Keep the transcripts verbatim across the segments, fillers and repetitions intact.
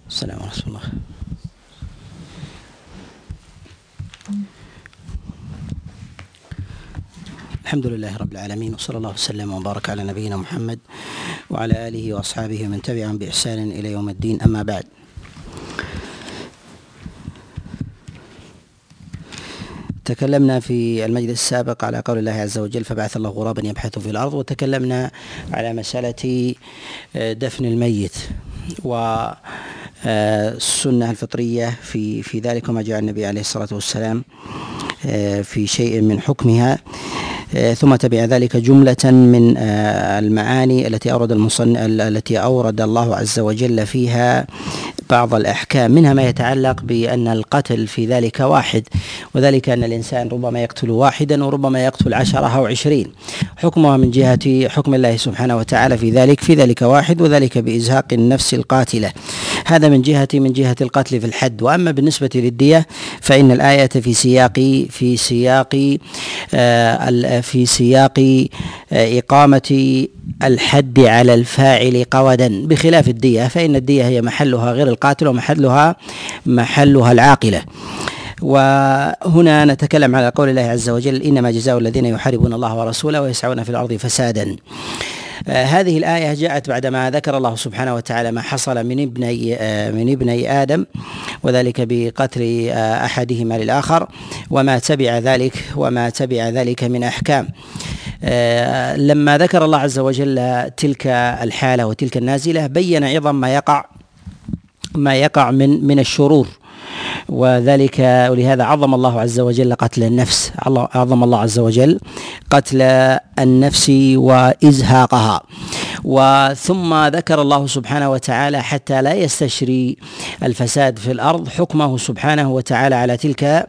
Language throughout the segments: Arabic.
السلام ورحمة الله. الحمد لله رب العالمين، وصلى الله وسلم وبارك على نبينا محمد وعلى آله وأصحابه ومن تبعهم بإحسان إلى يوم الدين. أما بعد، تكلمنا في المجلس السابق على قول الله عز وجل: فبعث الله غرابا يبحث في الأرض، وتكلمنا على مسألة دفن الميت والسنة الفطرية في في ذلك، وما جاء النبي عليه الصلاة والسلام في شيء من حكمها. ثم تبع ذلك جملة من المعاني التي أورد المصنف التي أورد الله عز وجل فيها بعض الأحكام، منها ما يتعلق بأن القتل في ذلك واحد، وذلك أن الإنسان ربما يقتل واحدا وربما يقتل عشرة أو عشرين، حكمها من جهة حكم الله سبحانه وتعالى في ذلك في ذلك واحد، وذلك بإزهاق النفس القاتلة. هذا من جهة من جهة القتل في الحد. وأما بالنسبة للدية فإن الآية في سياق في سياق في سياق إقامة الحد على الفاعل قودا، بخلاف الدية فإن الدية هي محلها غير القاتل ومحلها محلها العاقلة. وهنا نتكلم على قول الله عز وجل: إنما جزاء الذين يحاربون الله ورسوله ويسعون في الأرض فسادا. آه هذه الآية جاءت بعدما ذكر الله سبحانه وتعالى ما حصل من ابني آه من ابني آدم، وذلك بقتل آه أحدهما للآخر، وما تبع ذلك وما تبع ذلك من أحكام. آه لما ذكر الله عز وجل تلك الحالة وتلك النازلة، بين عظم ما يقع ما يقع من من الشرور، وذلك ولهذا عظم الله عز وجل قتل النفس، عظم الله عز وجل قتل النفس وإزهاقها. وثم ذكر الله سبحانه وتعالى حتى لا يستشري الفساد في الأرض حكمه سبحانه وتعالى على تلك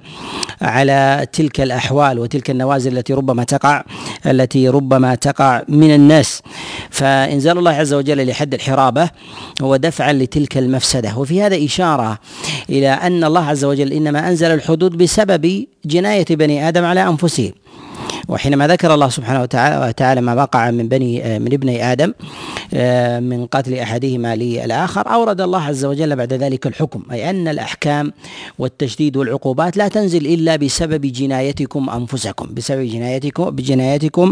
على تلك الأحوال وتلك النوازل التي ربما تقع التي ربما تقع من الناس. فإنزال الله عز وجل لحد الحرابة هو دفعا لتلك المفسدة. وفي هذا إشارة إلى أن الله عز وجل إنما أنزل الحدود بسبب جناية بني آدم على أنفسهم. وحينما ذكر الله سبحانه وتعالى ما وقع من بني من ابني آدم من قتل أحدهما للآخر، أورد الله عز وجل بعد ذلك الحكم، أي أن الأحكام والتشديد والعقوبات لا تنزل إلا بسبب جنايتكم أنفسكم بسبب جنايتكم بجنايتكم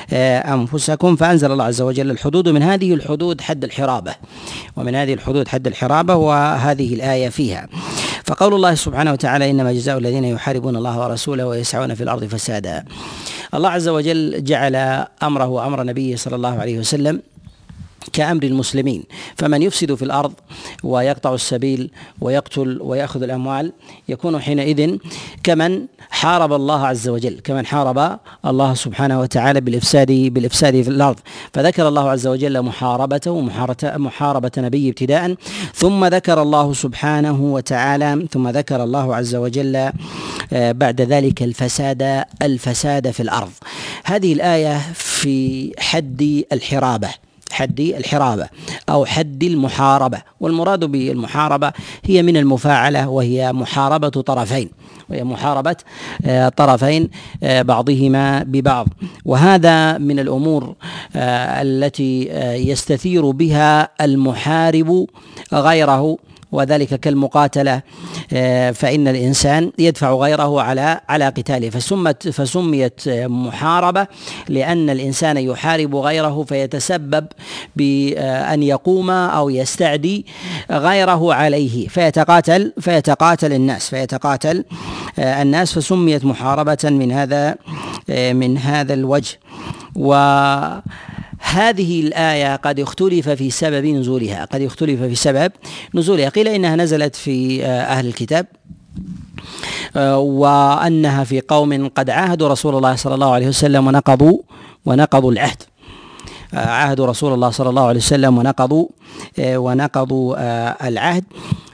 أنفسكم. فأنزل الله عز وجل الحدود، من هذه الحدود حد الحرابة، ومن هذه الحدود حد الحرابة، وهذه الآية فيها. فقول الله سبحانه وتعالى: إنما جزاء الذين يحاربون الله ورسوله ويسعون في الأرض فسادا. الله عز وجل جعل أمره أمر نبيه صلى الله عليه وسلم كأمر المسلمين، فمن يفسد في الأرض ويقطع السبيل ويقتل ويأخذ الأموال يكون حينئذ كمن حارب الله عز وجل، كمن حارب الله سبحانه وتعالى بالإفساد بالإفساد في الأرض. فذكر الله عز وجل محاربته ومحاربة نبيه ابتداء، ثم ذكر الله سبحانه وتعالى ثم ذكر الله عز وجل بعد ذلك الفساد الفساد في الأرض. هذه الآية في حد الحرابة حد الحرابة أو حد المحاربة، والمراد بالمحاربة هي من المفاعلة، وهي محاربة طرفين وهي محاربة طرفين بعضهما ببعض. وهذا من الأمور التي يستثير بها المحارب غيره، وذلك كالمقاتلة، فإن الإنسان يدفع غيره على على قتاله، فسمت فسميت محاربة لأن الإنسان يحارب غيره فيتسبب بأن يقوم أو يستعدي غيره عليه فيتقاتل فيتقاتل الناس فيتقاتل الناس فسميت محاربة من هذا من هذا الوجه. وهذه الآية قد اختلف في سبب نزولها قد اختلف في سبب نزولها قيل إنها نزلت في أهل الكتاب، وأنها في قوم قد عاهدوا رسول الله صلى الله عليه وسلم ونقضوا ونقضوا العهد عاهدوا رسول الله صلى الله عليه وسلم ونقضوا ونقضوا العهد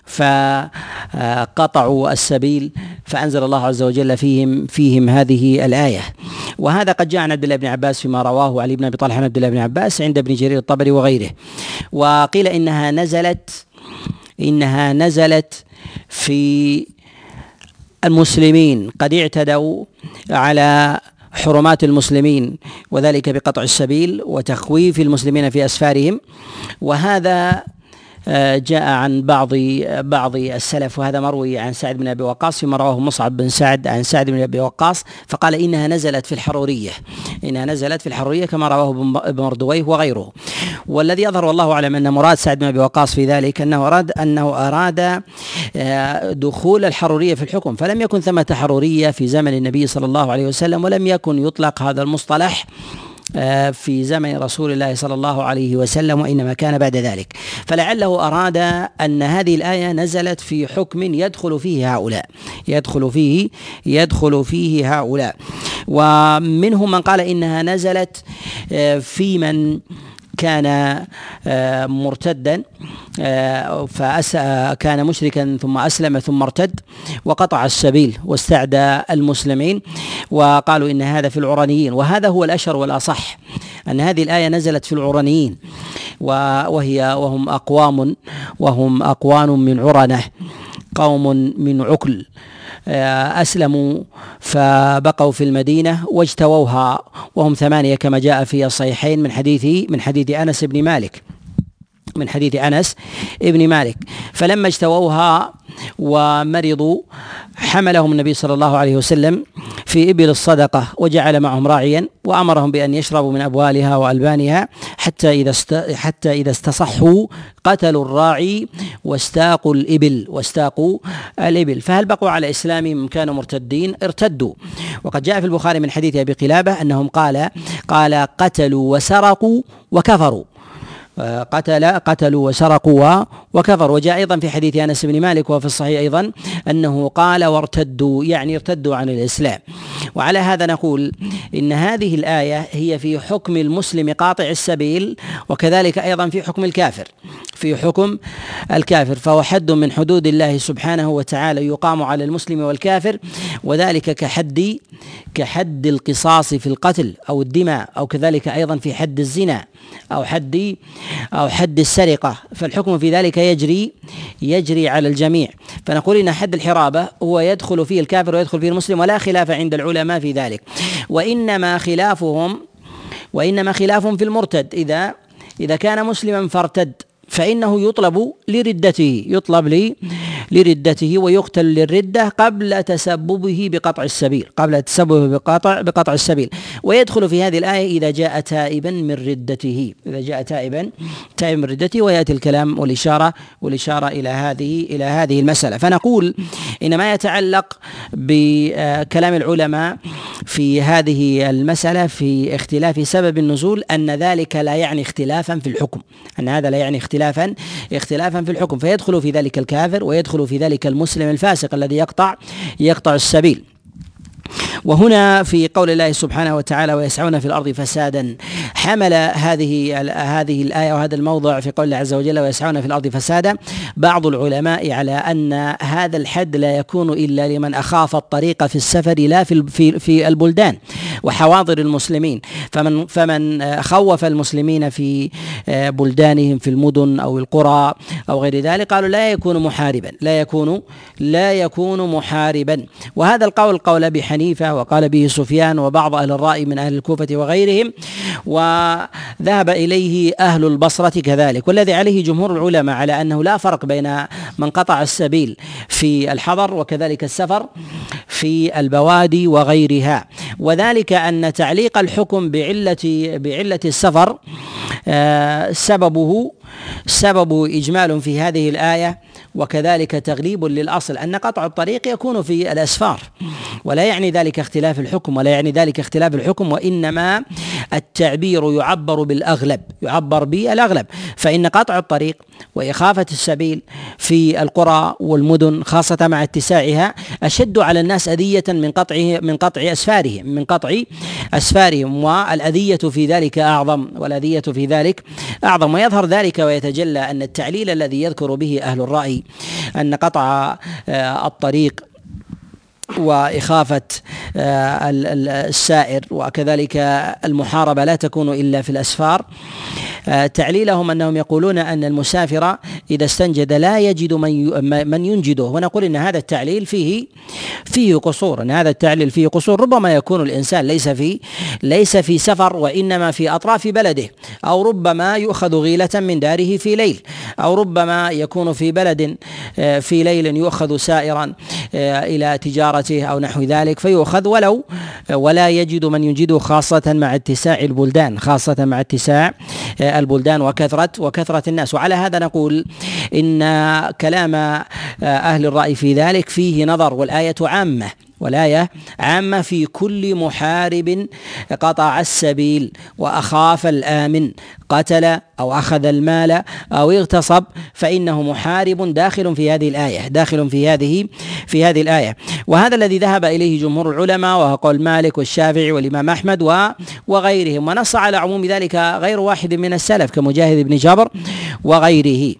فقطعوا السبيل، فأنزل الله عز وجل فيهم فيهم هذه الآية. وهذا قد جاء عن عبد الله بن عباس فيما رواه علي بن أبي طلحة عن عبد الله بن عباس عند ابن جرير الطبري وغيره. وقيل إنها نزلت إنها نزلت في المسلمين قد اعتدوا على حرمات المسلمين، وذلك بقطع السبيل وتخويف المسلمين في أسفارهم. وهذا جاء عن بعض بعض السلف، وهذا مروي عن سعد بن أبي وقاص فيما رواه مصعب بن سعد عن سعد بن أبي وقاص، فقال إنها نزلت في الحرورية، إنها نزلت في الحرورية كما رواه ابن مردويه وغيره. والذي يظهر والله أعلم أن مراد سعد بن أبي وقاص في ذلك أنه أراد أنه أراد دخول الحرورية في الحكم، فلم يكن ثمة حرورية في زمن النبي صلى الله عليه وسلم، ولم يكن يطلق هذا المصطلح في زمن رسول الله صلى الله عليه وسلم، وإنما كان بعد ذلك. فلعله أراد أن هذه الآية نزلت في حكم يدخل فيه هؤلاء يدخل فيه يدخل فيه هؤلاء ومنهم من قال إنها نزلت في من كان مرتدا، فكان مشركا ثم أسلم ثم ارتد وقطع السبيل واستعدى المسلمين، وقالوا إن هذا في العرانيين، وهذا هو الأشهر والأصح أن هذه الآية نزلت في العرانيين، وهي وهم أقوام وهم أقوام من عرنة، قوم من عكل أسلموا فبقوا في المدينة واجتووها، وهم ثمانية كما جاء في الصحيحين من حديث من حديث أنس بن مالك من حديث أنس ابن مالك فلما اجتووها ومرضوا حملهم النبي صلى الله عليه وسلم في إبل الصدقة، وجعل معهم راعيا وأمرهم بأن يشربوا من أبوالها وألبانها حتى إذا حتى إذا استصحوا قتلوا الراعي واستاقوا الإبل واستاقوا الإبل فهل بقوا على إسلامهم كانوا مرتدين؟ ارتدوا. وقد جاء في البخاري من حديث أبي قلابة أنهم قال قال قتلوا وسرقوا وكفروا، قتل قتلوا وسرقوا وكفروا. وجاء أيضا في حديث أنس بن مالك وفي الصحيح أيضا أنه قال وارتدوا، يعني ارتدوا عن الإسلام. وعلى هذا نقول إن هذه الآية هي في حكم المسلم قاطع السبيل، وكذلك أيضا في حكم الكافر في حكم الكافر فهو حد من حدود الله سبحانه وتعالى يقام على المسلم والكافر، وذلك كحد كحد القصاص في القتل أو الدماء، أو كذلك أيضا في حد الزنا أو حد أو حد السرقة، فالحكم في ذلك يجري يجري على الجميع. فنقول إن حد الحرابة هو يدخل فيه الكافر ويدخل فيه المسلم، ولا خلاف عند العلماء في ذلك، وإنما خلافهم وإنما خلافهم في المرتد، إذا إذا كان مسلما فارتد فإنه يطلب لردته يطلب لي لردته ويقتل للردة قبل تسببه بقطع السبيل قبل تسببه بقطع بقطع السبيل ويدخل في هذه الآية إذا جاء تائبا من ردته إذا جاء تائبا تائبا من ردته ويأتي الكلام والإشارة والإشارة إلى هذه إلى هذه المسألة. فنقول إن ما يتعلق بكلام العلماء في هذه المسألة في اختلاف سبب النزول أن ذلك لا يعني اختلافا في الحكم أن هذا لا يعني اختلافا اختلافا في الحكم، فيدخل في ذلك الكافر ويدخل في ذلك المسلم الفاسق الذي يقطع يقطع السبيل. وهنا في قول الله سبحانه وتعالى ويسعون في الأرض فسادا، حمل هذه هذه الآية وهذا الموضع في قول الله عز وجل ويسعون في الأرض فسادا بعض العلماء على أن هذا الحد لا يكون إلا لمن أخاف الطريق في السفر لا في في في البلدان وحواضر المسلمين، فمن فمن خوف المسلمين في بلدانهم في المدن أو القرى أو غير ذلك قالوا لا يكون محاربا لا يكون لا يكون محاربا. وهذا القول قول أبي حنيفة وقال به سفيان وبعض أهل الرأي من أهل الكوفة وغيرهم، وذهب إليه أهل البصرة كذلك. والذي عليه جمهور العلماء على أنه لا فرق بين من قطع السبيل في الحضر وكذلك السفر في البوادي وغيرها، وذلك أن تعليق الحكم بعلة بعلة السفر سببه سببه إجمال في هذه الآية، وكذلك تغليب للأصل أن قطع الطريق يكون في الأسفار، ولا يعني ذلك اختلاف الحكم ولا يعني ذلك اختلاف الحكم وإنما التعبير يعبر بالأغلب يعبر بالأغلب فإن قطع الطريق وإخافة السبيل في القرى والمدن خاصة مع اتساعها أشد على الناس أذية من قطع من قطع أسفارهم من قطع أسفارهم والأذية في ذلك أعظم والأذية في ذلك أعظم. ويظهر ذلك ويتجلى أن التعليل الذي يذكر به أهل الرأي أن قطع الطريق وإخافة السائر، وكذلك المحاربة لا تكون إلا في الأسفار. تعليلهم أنهم يقولون أن المسافر إذا استنجد لا يجد من من ينجده، ونقول إن هذا التعليل فيه فيه قصور، أن هذا التعليل فيه قصور. ربما يكون الإنسان ليس في ليس في سفر وإنما في أطراف بلده، أو ربما يؤخذ غيلة من داره في ليل، أو ربما يكون في بلد في ليل يؤخذ سائرا إلى تجارته أو نحو ذلك فيؤخذ ولو ولا يجد من ينجده، خاصة مع اتساع البلدان خاصة مع اتساع البلدان وكثرة وكثرة الناس. وعلى هذا نقول إن كلام أهل الرأي في ذلك فيه نظر، والآية عامة والآية عامة في كل محارب قطع السبيل وأخاف الآمن، قتل أو أخذ المال أو اغتصب، فإنه محارب داخل في هذه الآية داخل في هذه في هذه الآية. وهذا الذي ذهب إليه جمهور العلماء، وهو قول مالك والشافعي والإمام أحمد وغيرهم، ونص على عموم ذلك غير واحد من السلف كمجاهد بن جبر وغيره.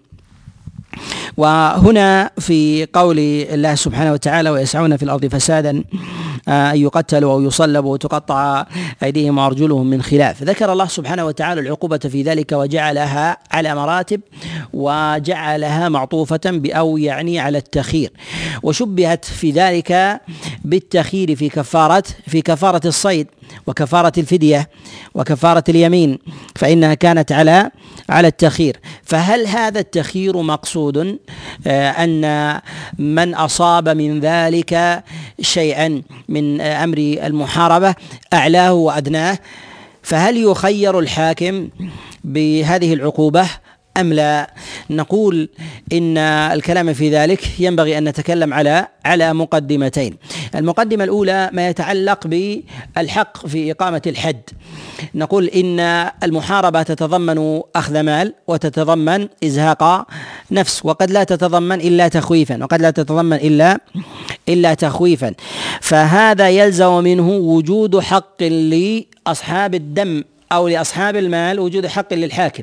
وهنا في قول الله سبحانه وتعالى ويسعون في الأرض فسادا أن يقتلوا أو يصلبوا وتقطع أيديهم وأرجلهم من خلاف، ذكر الله سبحانه وتعالى العقوبة في ذلك وجعلها على مراتب، وجعلها معطوفة بأو يعني على التخيير، وشبهت في ذلك بالتخيير في كفارة في كفارة الصيد وكفارة الفدية وكفارة اليمين، فإنها كانت على على التخيير. فهل هذا التخيير مقصود أن من أصاب من ذلك شيئا من أمر المحاربة أعلاه وأدناه، فهل يخير الحاكم بهذه العقوبة أم لا؟ نقول إن الكلام في ذلك ينبغي أن نتكلم على على مقدمتين. المقدمة الأولى ما يتعلق بالحق في إقامة الحد. نقول إن المحاربة تتضمن أخذ مال وتتضمن إزهاق نفس، وقد لا تتضمن إلا تخويفا وقد لا تتضمن إلا إلا تخويفا، فهذا يلزم منه وجود حق لأصحاب الدم أو لأصحاب المال، وجود حق للحاكم.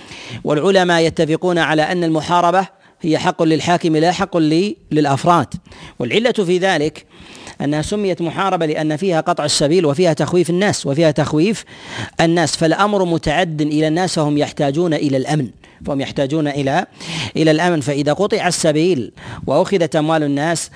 والعلماء يتفقون على أن المحاربة هي حق للحاكم لا حق للأفراد، والعلة في ذلك أنها سميت محاربة لأن فيها قطع السبيل وفيها تخويف الناس وفيها تخويف الناس فالأمر متعد إلى الناس وهم يحتاجون إلى الأمن فهم يحتاجون إلى إلى الأمن فإذا قطع السبيل وأخذت أموال الناس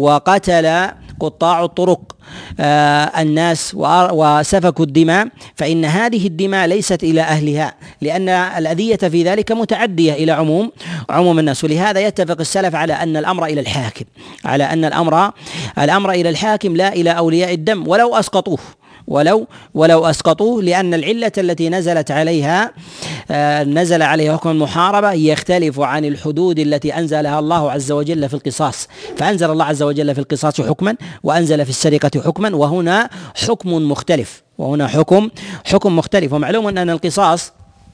وقتل قطاع الطرق آه الناس وسفكوا الدماء، فإن هذه الدماء ليست إلى أهلها، لأن الأذية في ذلك متعدية إلى عموم عموم الناس. ولهذا يتفق السلف على أن الأمر إلى الحاكم على أن الأمر الأمر إلى الحاكم لا إلى أولياء الدم ولو أسقطوه ولو ولو أسقطوه لأن العلة التي نزلت عليها آه نزل عليها حكم المحاربة يختلف عن الحدود التي أنزلها الله عز وجل في القصاص، فأنزل الله عز وجل في القصاص حكما وأنزل في السرقة حكما، وهنا حكم مختلف وهنا حكم حكم مختلف. ومعلوم أن القصاص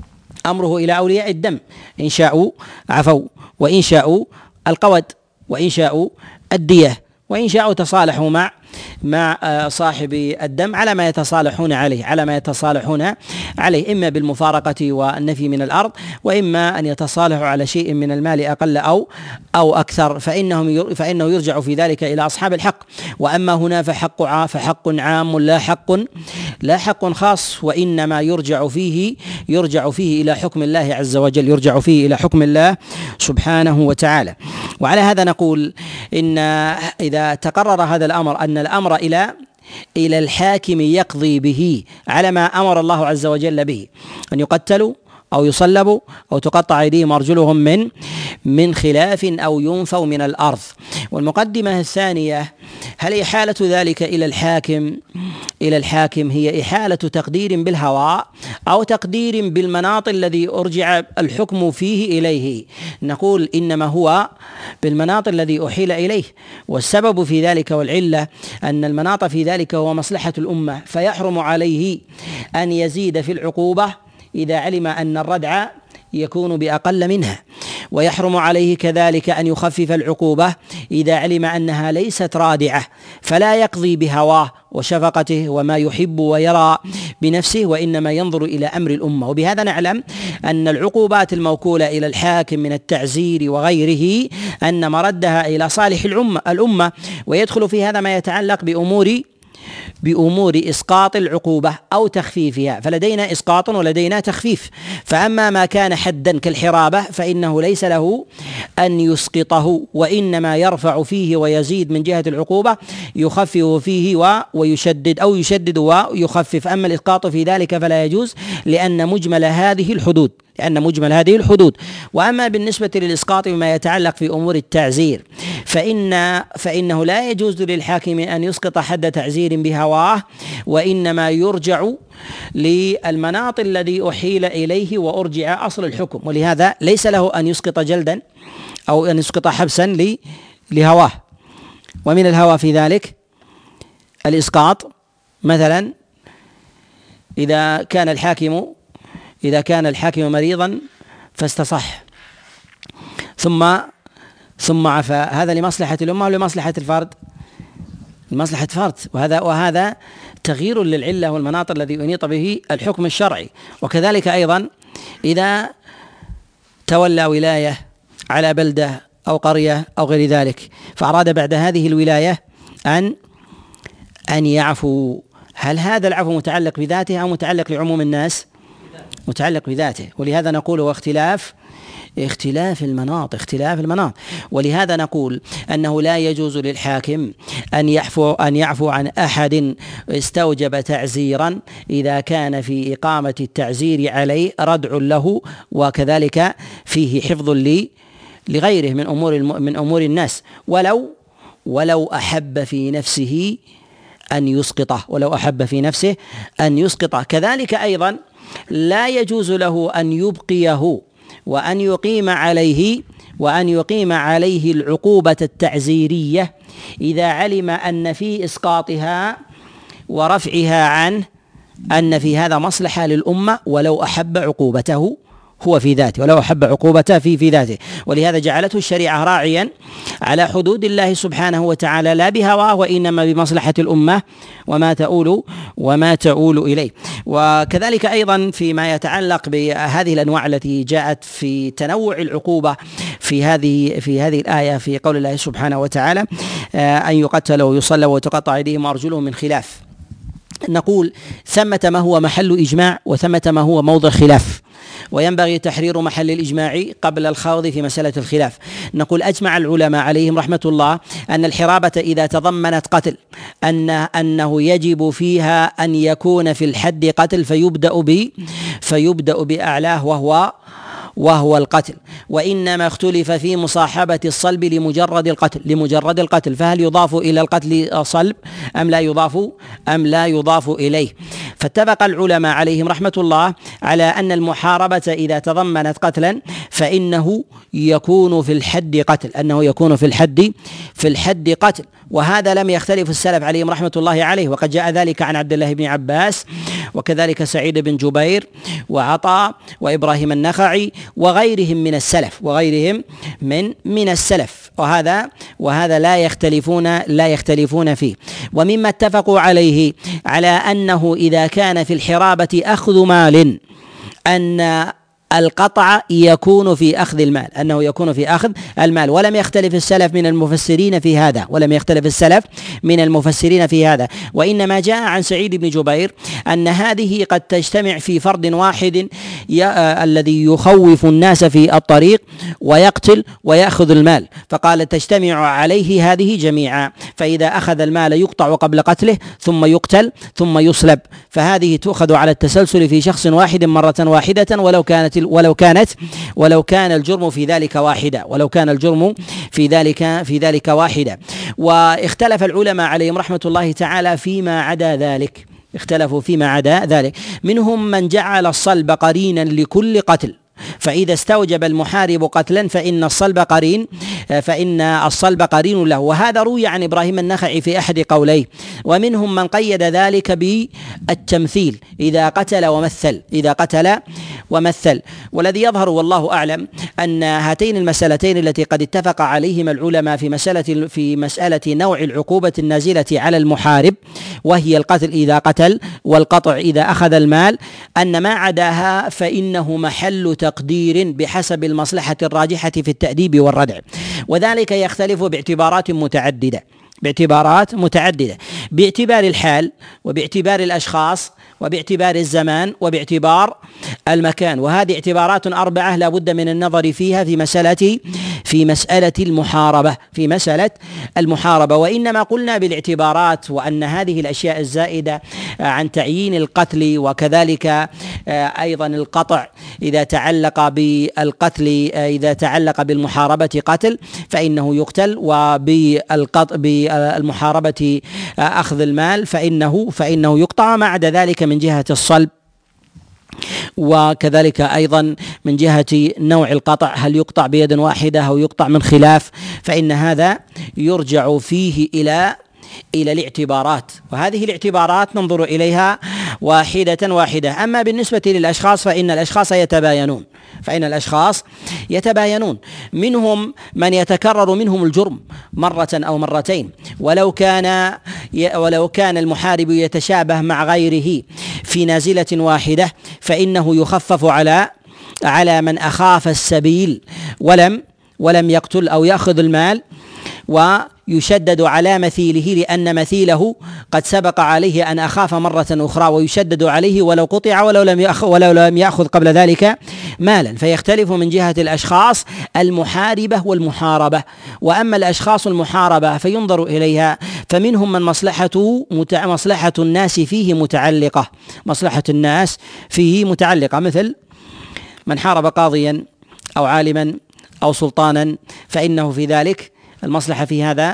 أمره إلى أولياء الدم، إن شاءوا عفوا وإن شاءوا القود وإن شاءوا الدية وإن شاءوا تصالحوا مع مع صاحب الدم على ما يتصالحون عليه على ما يتصالحون عليه إما بالمفارقة والنفي من الأرض، وإما أن يتصالحوا على شيء من المال أقل أو أو أكثر، فإنهم فإنه يرجع في ذلك إلى أصحاب الحق. وأما هنا فحق فحق عام لا حق لا حق خاص، وإنما يرجع فيه يرجع فيه إلى حكم الله عز وجل يرجع فيه إلى حكم الله سبحانه وتعالى. وعلى هذا نقول إن إذا تقرر هذا الأمر أن الأمر إلى إلى الحاكم يقضي به على ما أمر الله عز وجل به، أن يقتلوا أو يصلبوا أو تقطع أيديهم وأرجلهم من من خلاف أو ينفوا من الأرض. والمقدمة الثانية، هل إحالة ذلك إلى الحاكم إلى الحاكم هي إحالة تقدير بالهوى أو تقدير بالمناط الذي أرجع الحكم فيه إليه؟ نقول إنما هو بالمناط الذي أحيل إليه، والسبب في ذلك والعلة أن المناط في ذلك هو مصلحة الأمة، فيحرم عليه أن يزيد في العقوبة إذا علم أن الردع يكون بأقل منها، ويحرم عليه كذلك أن يخفف العقوبة إذا علم أنها ليست رادعة، فلا يقضي بهواه وشفقته وما يحب ويرى بنفسه، وإنما ينظر إلى أمر الأمة. وبهذا نعلم أن العقوبات الموكولة إلى الحاكم من التعزير وغيره أن مردها إلى صالح الأمة الأمة ويدخل في هذا ما يتعلق بأمور بأمور إسقاط العقوبة أو تخفيفها، فلدينا إسقاط ولدينا تخفيف. فأما ما كان حدا كالحرابة فإنه ليس له أن يسقطه، وإنما يرفع فيه ويزيد من جهة العقوبة، يخفف فيه ويشدد أو يشدد ويخفف. أما الإسقاط في ذلك فلا يجوز لأن مجمل هذه الحدود لأن مجمل هذه الحدود. وأما بالنسبة للإسقاط بما يتعلق في أمور التعزير فإن فإنه لا يجوز للحاكم أن يسقط حد تعزير بهواه، وإنما يرجع للمناط الذي أحيل إليه وأرجع أصل الحكم. ولهذا ليس له أن يسقط جلدا أو أن يسقط حبسا لهواه. ومن الهوى في ذلك الإسقاط، مثلا إذا كان الحاكم إذا كان الحاكم مريضا فاستصح ثم ثم عفا، هذا لمصلحة الأمة ولمصلحة الفرد؟ لمصلحة فرد. وهذا وهذا تغيير للعلة والمناط الذي أنيط به الحكم الشرعي. وكذلك أيضا إذا تولى ولاية على بلدة أو قرية أو غير ذلك فأراد بعد هذه الولاية أن أن يعفو، هل هذا العفو متعلق بذاته أو متعلق لعموم الناس؟ متعلق بذاته. ولهذا نقول واختلاف اختلاف المناط اختلاف المناط ولهذا نقول أنه لا يجوز للحاكم أن يعفو أن يعفو عن أحد استوجب تعزيرا إذا كان في إقامة التعزير عليه ردع له، وكذلك فيه حفظ لي لغيره من أمور من أمور الناس، ولو ولو أحب في نفسه أن يسقطه ولو أحب في نفسه أن يسقطه. كذلك أيضا لا يجوز له أن يبقيه وأن يقيم عليه وأن يقيم عليه العقوبة التعزيرية إذا علم أن في إسقاطها ورفعها عنه أن في هذا مصلحة للأمة، ولو أحب عقوبته هو في ذاته ولو أحب عقوبته في في ذاته. ولهذا جعلته الشريعة راعيا على حدود الله سبحانه وتعالى لا بهواه وإنما بمصلحة الأمة وما تؤول وما تؤول إليه. وكذلك أيضا فيما يتعلق بهذه الأنواع التي جاءت في تنوع العقوبة في هذه في هذه الآية في قول الله سبحانه وتعالى أن يقتلوا ويصلوا وتقطع أيديهم وأرجلهم من خلاف، نقول ثمة ما هو محل إجماع وثمة ما هو موضع خلاف، وينبغي تحرير محل الإجماع قبل الخوض في مسألة الخلاف. نقول أجمع العلماء عليهم رحمة الله أن الحرابة إذا تضمنت قتل أن أنه يجب فيها أن يكون في الحد قتل فيبدأ ب فيبدأ بأعلاه وهو وهو القتل، وإنما اختلف في مصاحبة الصلب لمجرد القتل لمجرد القتل فهل يضاف إلى القتل صلب أم لا يضاف أم لا يضاف إليه. فاتفق العلماء عليهم رحمة الله على أن المحاربة إذا تضمنت قتلا فإنه يكون في الحد قتل أنه يكون في الحد في الحد قتل وهذا لم يختلف السلف عليهم رحمة الله عليه، وقد جاء ذلك عن عبد الله بن عباس وكذلك سعيد بن جبير وعطاء وإبراهيم النخعي وغيرهم من السلف وغيرهم من من السلف وهذا وهذا لا يختلفون لا يختلفون فيه. ومما اتفقوا عليه على أنه إذا كان في الحرابة أخذ مال أن القطع يكون في أخذ المال أنه يكون في أخذ المال ولم يختلف السلف من المفسرين في هذا ولم يختلف السلف من المفسرين في هذا وإنما جاء عن سعيد بن جبير أن هذه قد تجتمع في فرد واحد الذي يخوف الناس في الطريق ويقتل ويأخذ المال، فقال تجتمع عليه هذه جميعا، فإذا أخذ المال يقطع قبل قتله ثم يقتل ثم يصلب، فهذه تؤخذ على التسلسل في شخص واحد مرة واحدة ولو كانت ولو كانت ولو كان الجرم في ذلك واحدة ولو كان الجرم في ذلك في ذلك واحدة. واختلف العلماء عليهم رحمة الله تعالى فيما عدا ذلك اختلفوا فيما عدا ذلك منهم من جعل الصلب قرينا لكل قتل فإذا استوجب المحارب قتلا فإن الصلب قرين فإن الصلب قرين له. وهذا روي عن إبراهيم النخعي في أحد قوليه، ومنهم من قيد ذلك بالتمثيل إذا قتل ومثل إذا قتل ومثل. والذي يظهر والله أعلم أن هاتين المسألتين التي قد اتفق عليهما العلماء في مسألة في مسألة نوع العقوبة النازلة على المحارب، وهي القتل إذا قتل والقطع إذا أخذ المال، أن ما عداها فإنه محل تقدير بحسب المصلحة الراجحة في التأديب والردع، وذلك يختلف باعتبارات متعددة باعتبارات متعددة باعتبار الحال وباعتبار الأشخاص وباعتبار الزمان وباعتبار المكان. وهذه اعتبارات أربعة لا بد من النظر فيها في مسألة في مسألة المحاربة في مسألة المحاربة وإنما قلنا بالاعتبارات، وأن هذه الأشياء الزائدة عن تعيين القتل وكذلك أيضا القطع إذا تعلق بالقتل إذا تعلق بالمحاربة قتل فإنه يقتل، وبالقطع بالمحاربة أخذ المال فإنه فإنه يقطع. ما عدا ذلك من جهة الصلب وكذلك أيضا من جهة نوع القطع، هل يقطع بيد واحدة أو يقطع من خلاف، فإن هذا يرجع فيه إلى إلى الاعتبارات، وهذه الاعتبارات ننظر إليها واحدة واحدة. أما بالنسبة للأشخاص فإن الأشخاص يتباينون فإن الأشخاص يتباينون منهم من يتكرر منهم الجرم مرة أو مرتين، ولو كان ولو كان المحارب يتشابه مع غيره في نازلة واحدة فإنه يخفف على على من أخاف السبيل ولم ولم يقتل أو يأخذ المال، ويشدد على مثيله لأن مثيله قد سبق عليه أن أخاف مرة أخرى، ويشدد عليه ولو قطع ولو لم يأخذ ولو لم يأخذ قبل ذلك مالا. فيختلف من جهة الأشخاص المحاربة والمحاربة. وأما الأشخاص المحاربة فينظر إليها فمنهم من مصلحته مصلحة الناس فيه متعلقة مصلحة الناس فيه متعلقة مثل من حارب قاضيا أو عالما أو سلطانا، فإنه في ذلك المصلحة في هذا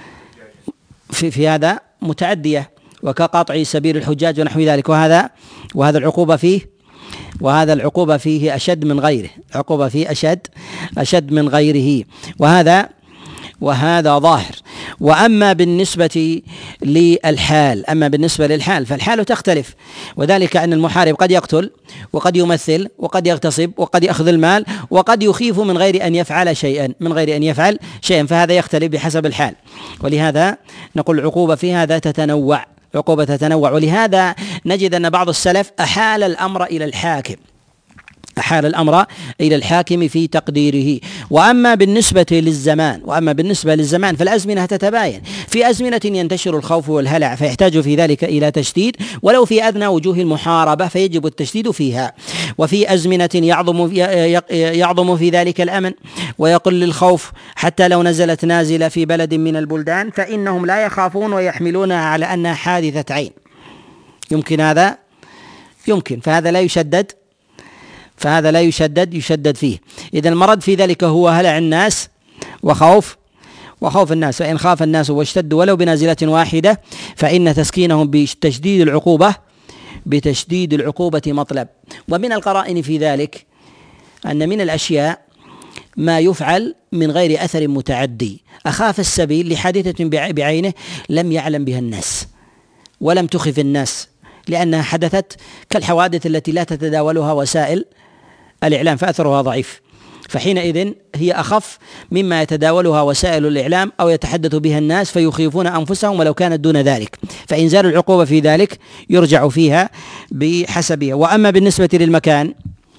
في, في هذا متعدية، وكقطع سبيل الحجاج ونحو ذلك، وهذا وهذا العقوبة فيه وهذا العقوبة فيه أشد من غيره عقوبة فيه أشد أشد من غيره وهذا وهذا ظاهر. وأما بالنسبة للحال أما بالنسبة للحال فالحال تختلف، وذلك أن المحارب قد يقتل وقد يمثل وقد يغتصب وقد يأخذ المال وقد يخيف من غير أن يفعل شيئا من غير أن يفعل شيئا فهذا يختلف بحسب الحال. ولهذا نقول العقوبة في هذا تتنوع عقوبة تتنوع ولهذا نجد أن بعض السلف أحال الأمر إلى الحاكم أحال الأمر إلى الحاكم في تقديره. وأما بالنسبة للزمان وأما بالنسبة للزمان فالأزمنة تتباين، في أزمنة ينتشر الخوف والهلع فيحتاج في ذلك إلى تشديد ولو في أدنى وجوه المحاربة فيجب التشديد فيها، وفي أزمنة يعظم يعظم في ذلك الأمن ويقل الخوف حتى لو نزلت نازلة في بلد من البلدان فإنهم لا يخافون ويحملونها على أنها حادثة عين. يمكن هذا يمكن فهذا لا يشدد فهذا لا يشدد يشدد فيه. إذا المرض في ذلك هو هلع الناس وخوف وخوف الناس، فإن خاف الناس واشتدوا ولو بنازلة واحدة فإن تسكينهم بتشديد العقوبة بتشديد العقوبة مطلب. ومن القرائن في ذلك أن من الأشياء ما يفعل من غير أثر متعدي، أخاف السبيل لحادثة بعينه لم يعلم بها الناس ولم تخف الناس لأنها حدثت كالحوادث التي لا تتداولها وسائل الإعلام فأثرها ضعيف، فحينئذ هي أخف مما يتداولها وسائل الإعلام أو يتحدث بها الناس فيخيفون أنفسهم ولو كانت دون ذلك، فإنزال العقوبة في ذلك يرجع فيها بحسبها. وأما بالنسبة للمكان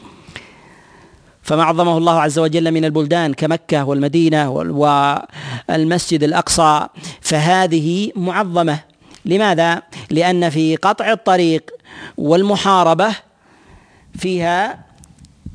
فما عظمه الله عز وجل من البلدان كمكة والمدينة والمسجد الأقصى فهذه معظمة. لماذا؟ لأن في قطع الطريق والمحاربة فيها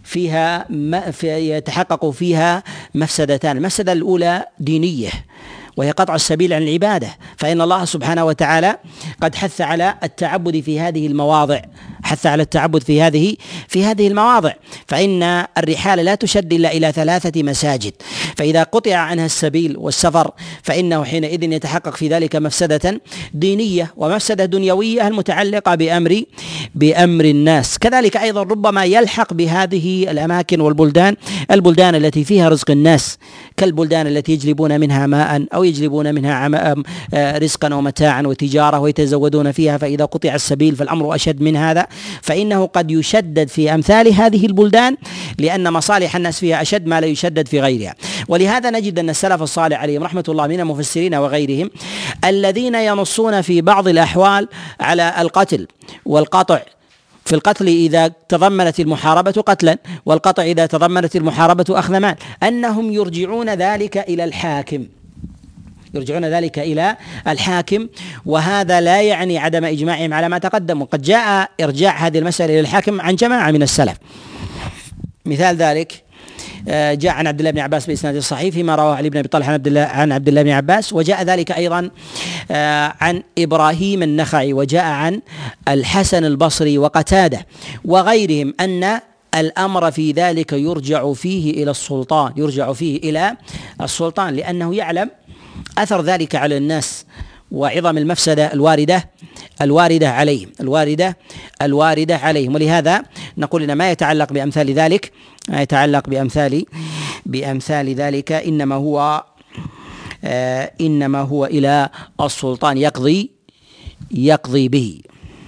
فيها في يتحقق فيها مفسدتان. المفسدة الأولى دينية وهي قطع السبيل عن العبادة، فإن الله سبحانه وتعالى قد حث على التعبد في هذه المواضع، حث على التعبد في هذه في هذه المواضع، فإن الرحال لا تشد إلا إلى ثلاثة مساجد، فإذا قطع عنها السبيل والسفر فإنه حينئذ يتحقق في ذلك مفسدة دينية ومفسدة دنيوية المتعلقة بأمر بأمر الناس. كذلك أيضا ربما يلحق بهذه الأماكن والبلدان البلدان التي فيها رزق الناس، كالبلدان التي يجلبون منها ماء أو يجلبون منها رزقا ومتاعا وتجارة ويتزودون فيها، فإذا قطع السبيل فالأمر أشد من هذا، فإنه قد يشدد في أمثال هذه البلدان لأن مصالح الناس فيها أشد ما لا يشدد في غيرها. ولهذا نجد أن السلف الصالح عليهم رحمة الله من المفسرين وغيرهم الذين ينصون في بعض الأحوال على القتل والقطع، في القتل إذا تضمنت المحاربة قتلا، والقطع إذا تضمنت المحاربة أخذ مال، أنهم يرجعون ذلك إلى الحاكم، يرجعون ذلك إلى الحاكم، وهذا لا يعني عدم إجماعهم على ما تقدم، وقد جاء إرجاع هذه المسألة إلى الحاكم عن جماعة من السلف. مثال ذلك جاء عن عبد الله بن عباس بإسناد صحيح فيما رواه علي بن أبي طلحة عن عبد الله عن عبد الله بن عباس، وجاء ذلك أيضا عن إبراهيم النخعي، وجاء عن الحسن البصري وقتادة وغيرهم أن الأمر في ذلك يرجع فيه إلى السلطان، يرجع فيه إلى السلطان لأنه يعلم أثر ذلك على الناس وعظم المفسدة الواردة الواردة عليهم الواردة الواردة عليهم ولهذا نقول إن ما يتعلق بأمثال ذلك ما يتعلق بأمثال بأمثال ذلك إنما هو آه إنما هو إلى السلطان يقضي يقضي به.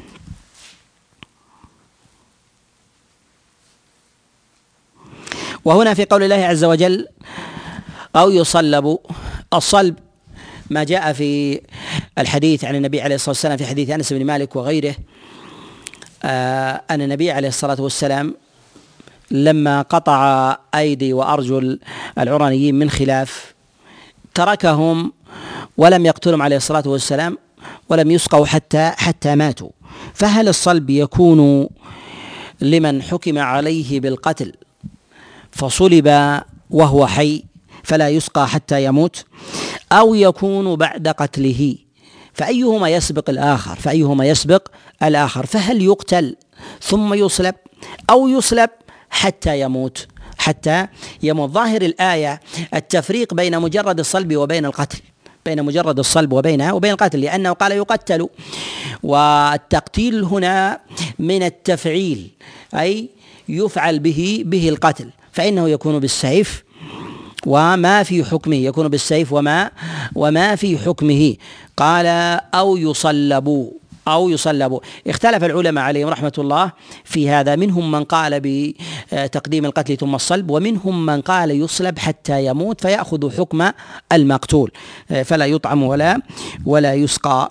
وهنا في قول الله عز وجل أو يصلب، الصلب ما جاء في الحديث عن النبي عليه الصلاة والسلام في حديث أنس بن مالك وغيره آه أن النبي عليه الصلاة والسلام لما قطع أيدي وأرجل العرانيين من خلاف تركهم ولم يقتلهم عليه الصلاة والسلام ولم يسقوا حتى حتى ماتوا، فهل الصلب يكون لمن حكم عليه بالقتل فصلب وهو حي فلا يسقى حتى يموت، أو يكون بعد قتله؟ فأيهما يسبق الآخر فأيهما يسبق الآخر فهل يقتل ثم يصلب أو يصلب حتى يموت حتى يموت؟ ظاهر الآية التفريق بين مجرد الصلب وبين القتل، بين مجرد الصلب وبينها وبين القتل، لأنه قال يقتل، والتقتيل هنا من التفعيل أي يفعل به به القتل، فإنه يكون بالسيف وما في حكمه، يكون بالسيف وما وما في حكمه. قال أو يصلبوا أو يصلبوا اختلف العلماء عليهم رحمة الله في هذا، منهم من قال بتقديم القتل ثم الصلب، ومنهم من قال يصلب حتى يموت فيأخذ حكم المقتول فلا يطعم ولا ولا يسقى.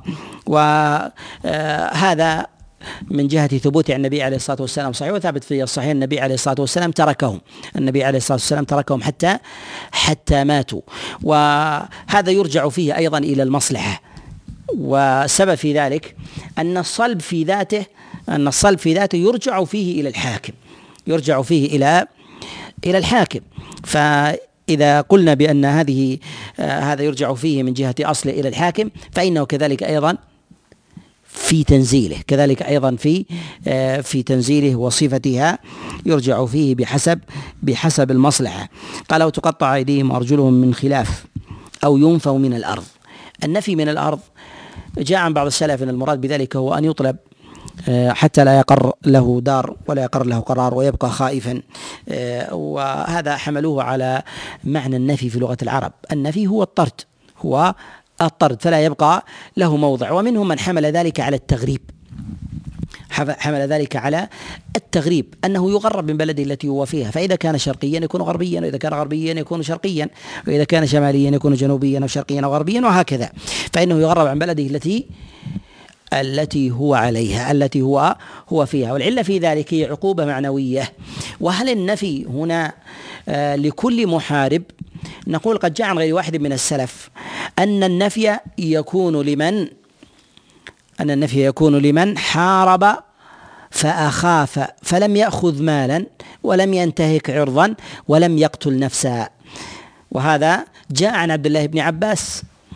وهذا من جهة ثبوت النبي عليه الصلاة والسلام صحيح، وثابت في الصحيح النبي عليه الصلاة والسلام تركهم النبي عليه الصلاة والسلام تركهم حتى حتى ماتوا، وهذا يرجع فيه أيضا إلى المصلحة. وسبب في ذلك أن الصلب في ذاته أن الصلب في ذاته يرجع فيه إلى الحاكم يرجع فيه إلى إلى الحاكم فإذا قلنا بأن هذه آه هذا يرجع فيه من جهة أصله إلى الحاكم، فإنه كذلك أيضا في تنزيله كذلك أيضا في آه في تنزيله وصفتها يرجع فيه بحسب بحسب المصلحة. قال أو تقطع أيديهم وأرجلهم من خلاف أو ينفوا من الأرض. النفي من الأرض جاء عن بعض السلف أن المراد بذلك هو أن يطلب حتى لا يقر له دار ولا يقر له قرار ويبقى خائفا، وهذا حملوه على معنى النفي في لغة العرب. النفي هو الطرد هو الطرد فلا يبقى له موضع، ومنهم من حمل ذلك على التغريب حمل ذلك على التغريب أنه يغرب من بلده التي هو فيها، فإذا كان شرقيا يكون غربيا، وإذا كان غربيا يكون شرقيا، وإذا كان شماليا يكون جنوبيا أو شرقيا أو غربيا، وهكذا، فإنه يغرب عن بلده التي التي هو عليها التي هو هو فيها. والعلة في ذلك هي عقوبة معنوية. وهل النفي هنا آه لكل محارب؟ نقول قد جاء عن غير واحد من السلف أن النفي يكون لمن أن النفي يكون لمن حارب فأخاف فلم يأخذ مالا ولم ينتهك عرضا ولم يقتل نفسا. وهذا جاء عن عبد الله بن عباس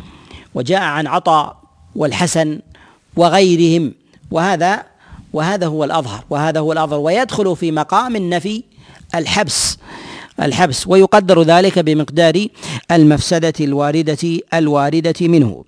وجاء عن عطاء والحسن وغيرهم، وهذا وهذا هو الأظهر وهذا هو الأظهر ويدخل في مقام النفي الحبس الحبس ويقدر ذلك بمقدار المفسدة الواردة الواردة منه.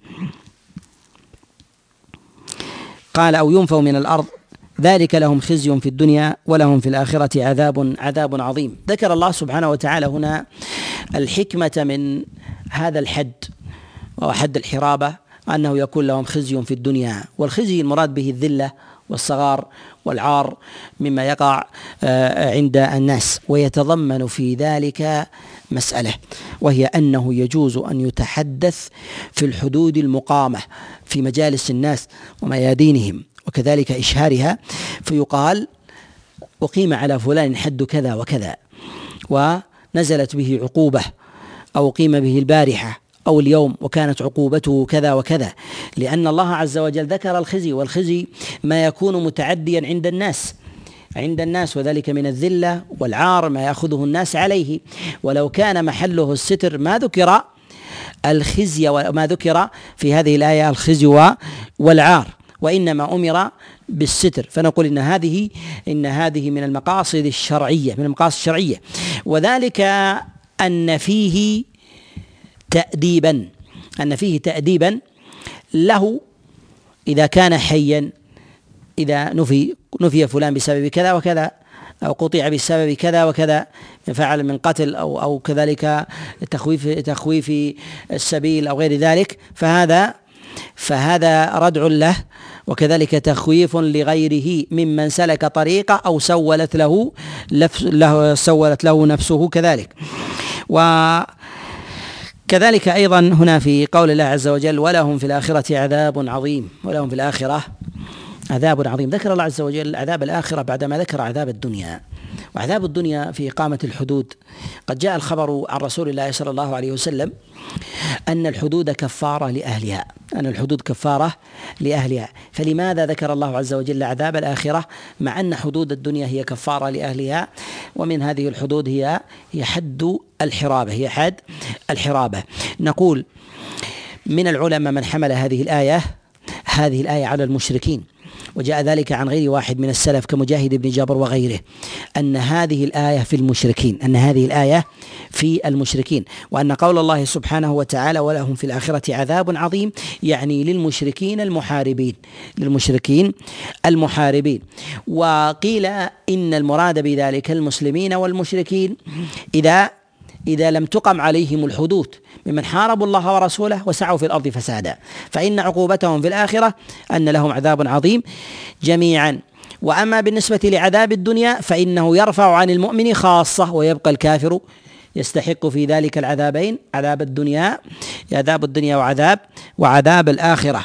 قال: أو ينفوا من الأرض ذلك لهم خزي في الدنيا ولهم في الآخرة عذاب عذاب عظيم. ذكر الله سبحانه وتعالى هنا الحكمة من هذا الحد، وحد الحرابة، أنه يكون لهم خزي في الدنيا، والخزي المراد به الذلة والصغار والعار مما يقع عند الناس، ويتضمن في ذلك مسألة، وهي أنه يجوز أن يتحدث في الحدود المقامة في مجالس الناس وميادينهم وكذلك إشهارها، فيقال: أقيم على فلان حد كذا وكذا، ونزلت به عقوبة، أو أقيم به البارحة أو اليوم وكانت عقوبته كذا وكذا، لأن الله عز وجل ذكر الخزي، والخزي ما يكون متعديا عند الناس عند الناس وذلك من الذلة والعار ما يأخذه الناس عليه، ولو كان محله الستر ما ذكر الخزي وما ذكر في هذه الآية الخزي والعار، وإنما أمر بالستر. فنقول إن هذه إن هذه من المقاصد الشرعية من المقاصد الشرعية وذلك أن فيه تأديبا أن فيه تأديبا له إذا كان حيا، إذا نفي نفي فلان بسبب كذا وكذا، أو قطع بسبب كذا وكذا، فعل من قتل أو أو كذلك تخويف تخويف السبيل أو غير ذلك، فهذا فهذا ردع له، وكذلك تخويف لغيره ممن سلك طريقة أو سولت له, له سولت له نفسه كذلك. وكذلك أيضا هنا في قول الله عز وجل: ولهم في الآخرة عذاب عظيم ولهم في الآخرة عذاب عظيم. ذكر الله عز وجل عذاب الآخرة بعدما ذكر عذاب الدنيا. وعذاب الدنيا في إقامة الحدود، قد جاء الخبر عن رسول الله صلى الله عليه وسلم أن الحدود كفارة لأهلها أن الحدود كفارة لأهلها فلماذا ذكر الله عز وجل عذاب الآخرة مع أن حدود الدنيا هي كفارة لأهلها؟ ومن هذه الحدود هي هي حد الحرابة هي حد الحرابة نقول من العلماء من حمل هذه الآية هذه الآية على المشركين، وجاء ذلك عن غير واحد من السلف كمجاهد بن جبر وغيره، أن هذه الآية في المشركين أن هذه الآية في المشركين وأن قول الله سبحانه وتعالى: ولهم في الآخرة عذاب عظيم، يعني للمشركين المحاربين للمشركين المحاربين. وقيل إن المراد بذلك المسلمين والمشركين إذا إذا لم تقم عليهم الحدود ممن حاربوا الله ورسوله وسعوا في الأرض فسادا، فإن عقوبتهم في الآخرة أن لهم عذاب عظيم جميعا. وأما بالنسبة لعذاب الدنيا فإنه يرفع عن المؤمن خاصة، ويبقى الكافر يستحق في ذلك العذابين، عذاب الدنيا عذاب الدنيا وعذاب وعذاب الآخرة.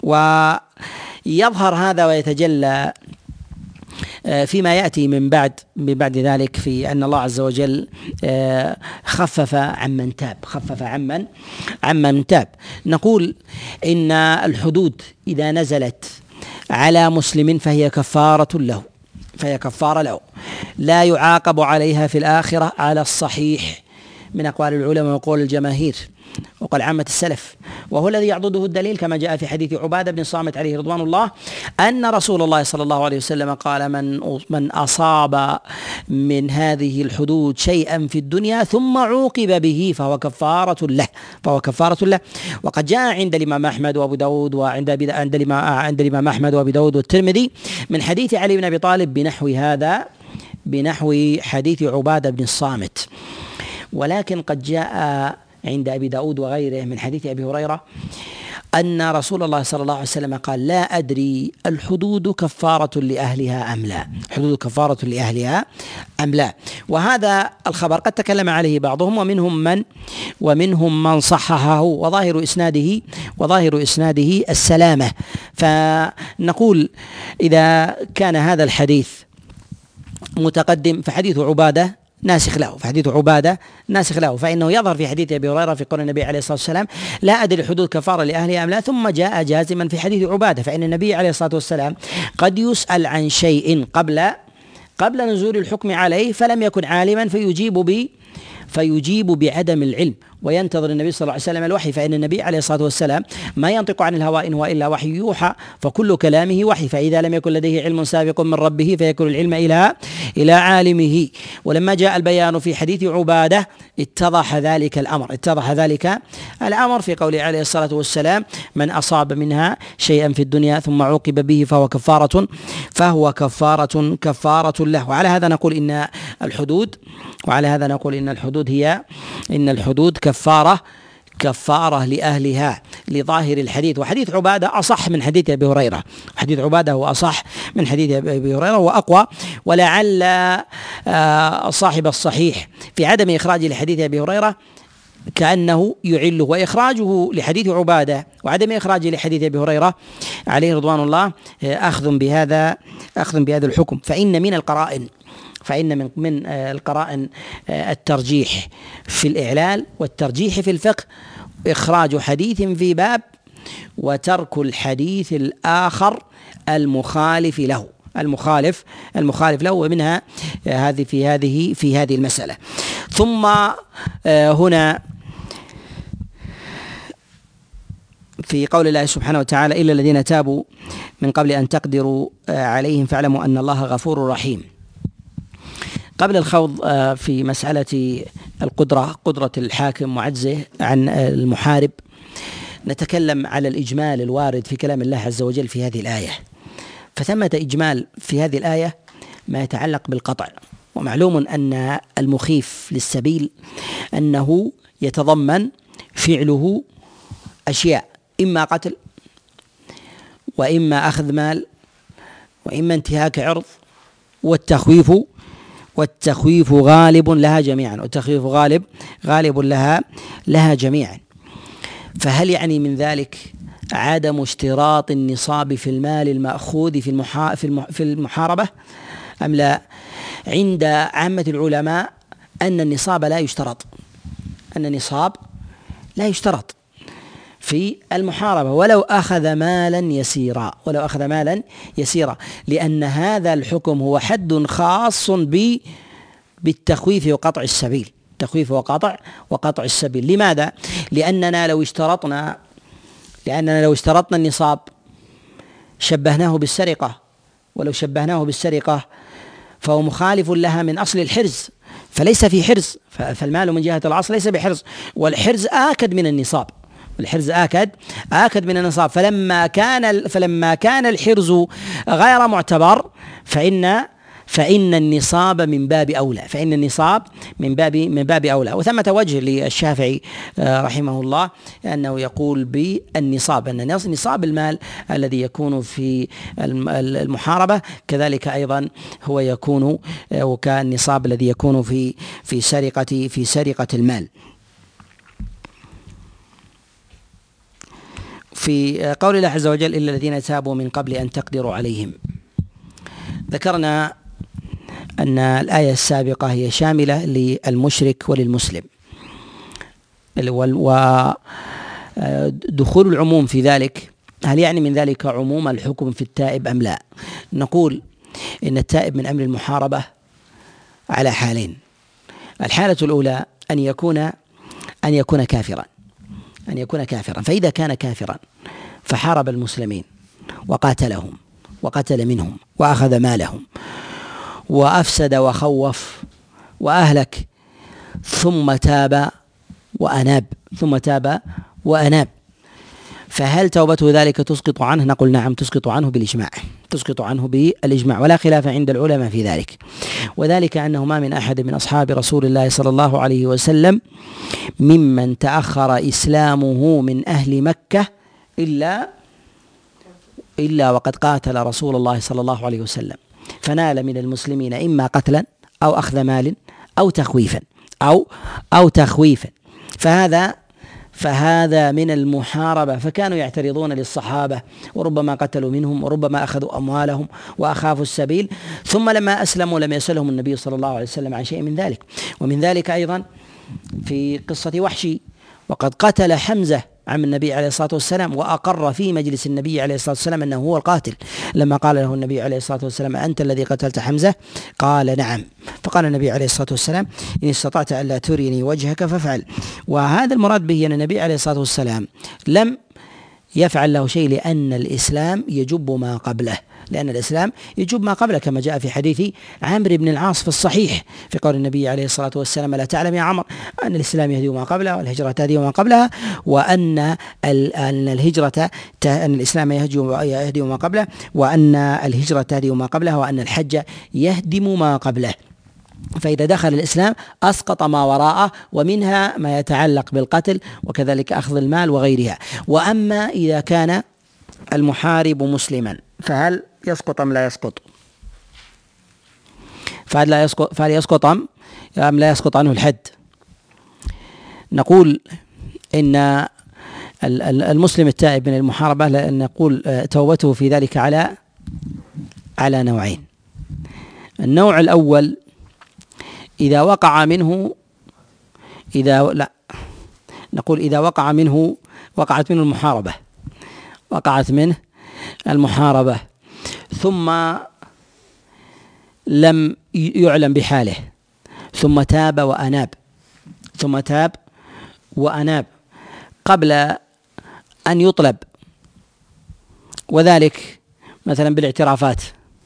ويظهر هذا ويتجلى فيما يأتي من بعد من بعد ذلك في أن الله عز وجل خفف عمن تاب خفف عمن عمن تاب. نقول إن الحدود إذا نزلت على مسلم فهي كفارة له فهي كفارة له لا يعاقب عليها في الآخرة على الصحيح من أقوال العلماء وقول الجماهير وقال عامة السلف، وهو الذي يعضده الدليل كما جاء في حديث عبادة بن صامت عليه رضوان الله أن رسول الله صلى الله عليه وسلم قال: من من أصاب من هذه الحدود شيئا في الدنيا ثم عوقب به فهو كفارة له فهو كفارة له. وقد جاء عند الإمام أحمد وأبو داود وعند عند الإمام عند الإمام أحمد وأبو داود والترمذي من حديث علي بن أبي طالب بنحو هذا بنحو حديث عبادة بن الصامت. ولكن قد جاء عند أبي داود وغيره من حديث أبي هريرة أن رسول الله صلى الله عليه وسلم قال: لا أدري الحدود كفارة لأهلها أم لا حدود كفارة لأهلها أم لا. وهذا الخبر قد تكلم عليه بعضهم ومنهم من ومنهم من صححه، وظاهر إسناده وظاهر إسناده السلامة. فنقول إذا كان هذا الحديث متقدم فحديث عبادة ناسخ له فحديث عبادة ناسخ له فإنه يظهر في حديث أبي هريرة في قول النبي عليه الصلاة والسلام: لا أدري الحدود كفارة لأهلها أم لا، ثم جاء جازما في حديث عبادة، فإن النبي عليه الصلاة والسلام قد يسأل عن شيء قبل قبل نزول الحكم عليه فلم يكن عالما فيجيب ب فيجيب بعدم العلم، وينتظر النبي صلى الله عليه وسلم الوحي، فإن النبي عليه الصلاة والسلام ما ينطق عن الهوى إن هو إلا وحي يوحى، فكل كلامه وحي، فإذا لم يكن لديه علم سابق من ربه فيكون العلم إلى إلى عالمه. ولما جاء البيان في حديث عبادة اتضح ذلك الأمر اتضح ذلك الأمر في قوله عليه الصلاة والسلام: من أصاب منها شيئا في الدنيا ثم عوقب به فهو كفارة فهو كفارة كفارة له. وعلى هذا نقول إن الحدود وعلى هذا نقول إن الحدود هي إن الحدود كفارة كفارة لأهلها لظاهر الحديث. وحديث عبادة أصح من حديث أبي هريرة، حديث عبادة هو أصح من حديث أبي هريرة وأقوى. ولعل صاحب الصحيح في عدم إخراجه لحديث أبي هريرة كأنه يعله، وإخراجه لحديث عبادة وعدم إخراجه لحديث أبي هريرة عليه رضوان الله أخذ بهذا أخذ بهذا الحكم. فإن من القرائن فإن من من القرائن الترجيح في الإعلال والترجيح في الفقه إخراج حديث في باب وترك الحديث الآخر المخالف له المخالف المخالف له ومنها هذه في هذه في هذه المسألة. ثم هنا في قول الله سبحانه وتعالى: إلا الذين تابوا من قبل أن تقدروا عليهم فاعلموا أن الله غفور رحيم. قبل الخوض في مسألة القدرة قدرة الحاكم وعجزه عن المحارب، نتكلم على الإجمال الوارد في كلام الله عز وجل في هذه الآية. فثمة إجمال في هذه الآية ما يتعلق بالقطع، ومعلوم أن المخيف للسبيل أنه يتضمن فعله أشياء، إما قتل وإما أخذ مال وإما انتهاك عرض، والتخويف والتخويف غالب لها جميعا والتخويف غالب غالب لها لها جميعا. فهل يعني من ذلك عدم اشتراط النصاب في المال المأخوذ في المحا في المحاربة أم لا؟ عند عامة العلماء أن النصاب لا يشترط أن النصاب لا يشترط في المحاربة ولو أخذ مالا يسيرا ولو أخذ مالا يسيرا لأن هذا الحكم هو حد خاص بالتخويف وقطع السبيل تخويف وقطع وقطع السبيل. لماذا؟ لأننا لو اشترطنا لأننا لو اشترطنا النصاب شبهناه بالسرقة، ولو شبهناه بالسرقة فهو مخالف لها من أصل الحرز، فليس في حرز، فالمال من جهة الأصل ليس بحرز، والحرز آكد من النصاب الحرز آكد آكد من النصاب. فلما كان فلما كان الحرز غير معتبر فإن فإن النصاب من باب أولى فإن النصاب من باب من باب أولى. وثمة وجه للشافعي رحمه الله أنه يقول بالنصاب أن نصاب المال الذي يكون في المحاربة كذلك أيضا هو يكون وكالنصاب الذي يكون في في سرقة في سرقة المال. في قول الله عز وجل: إلا الذين تابوا من قبل أن تقدروا عليهم، ذكرنا أن الآية السابقة هي شاملة للمشرك وللمسلم، ودخول العموم في ذلك هل يعني من ذلك عموم الحكم في التائب أم لا؟ نقول إن التائب من أمر المحاربة على حالين. الحالة الأولى أن يكون أن يكون كافرا أن يكون كافرا فإذا كان كافرا فحارب المسلمين وقاتلهم وقتل منهم وأخذ مالهم وأفسد وخوف وأهلك ثم تاب وأناب ثم تاب وأناب فهل توبته ذلك تسقط عنه؟ نقول نعم، تسقط عنه بالإجماع تسقط عنه بالإجماع ولا خلاف عند العلماء في ذلك. وذلك أنه ما من أحد من أصحاب رسول الله صلى الله عليه وسلم ممن تأخر إسلامه من أهل مكة إلا إلا وقد قاتل رسول الله صلى الله عليه وسلم فنال من المسلمين إما قتلا أو أخذ مال أو تخويفا أو أو تخويفا فهذا فهذا من المحاربة. فكانوا يعترضون للصحابة وربما قتلوا منهم وربما أخذوا أموالهم وأخافوا السبيل، ثم لما أسلموا لم يسألهم النبي صلى الله عليه وسلم عن شيء من ذلك. ومن ذلك أيضا في قصة وحشي وقد قتل حمزة عم النبي عليه الصلاة والسلام، وأقر في مجلس النبي عليه الصلاة والسلام أنه هو القاتل. لما قال له النبي عليه الصلاة والسلام: أنت الذي قتلت حمزة؟ قال: نعم. فقال النبي عليه الصلاة والسلام: إن استطعت ألا تريني وجهك فافعل. وهذا المراد به أن النبي عليه الصلاة والسلام لم يفعل له شيء لأن الإسلام يجب ما قبله، لأن الإسلام يجب ما قبله، كما جاء في حديث عمرو بن العاص في الصحيح في قول النبي عليه الصلاة والسلام: لا تعلم يا عمرو أن الإسلام يهدي ما قبله والهجرة تهدي ما قبلها، وأن أن الهجرة أن الإسلام يهدي ما قبله، وأن الهجرة تهدي ما قبلها، وأن الحج يهدم ما قبله. فإذا دخل الإسلام أسقط ما وراءه، ومنها ما يتعلق بالقتل وكذلك أخذ المال وغيرها. وأما إذا كان المحارب مسلما فهل يسقط أم لا يسقط؟ فهل لا يسقط فهل يسقط أم لا يسقط عنه الحد؟ نقول إن المسلم التائب من المحاربة نقول توبته في ذلك على على نوعين. النوع الأول: إذا وقع منه إذا لا نقول إذا وقع منه وقعت منه المحاربة وقعت منه المحاربة ثم لم يعلم بحاله، ثم تاب وأناب ثم تاب وأناب قبل أن يطلب، وذلك مثلا بالاعترافات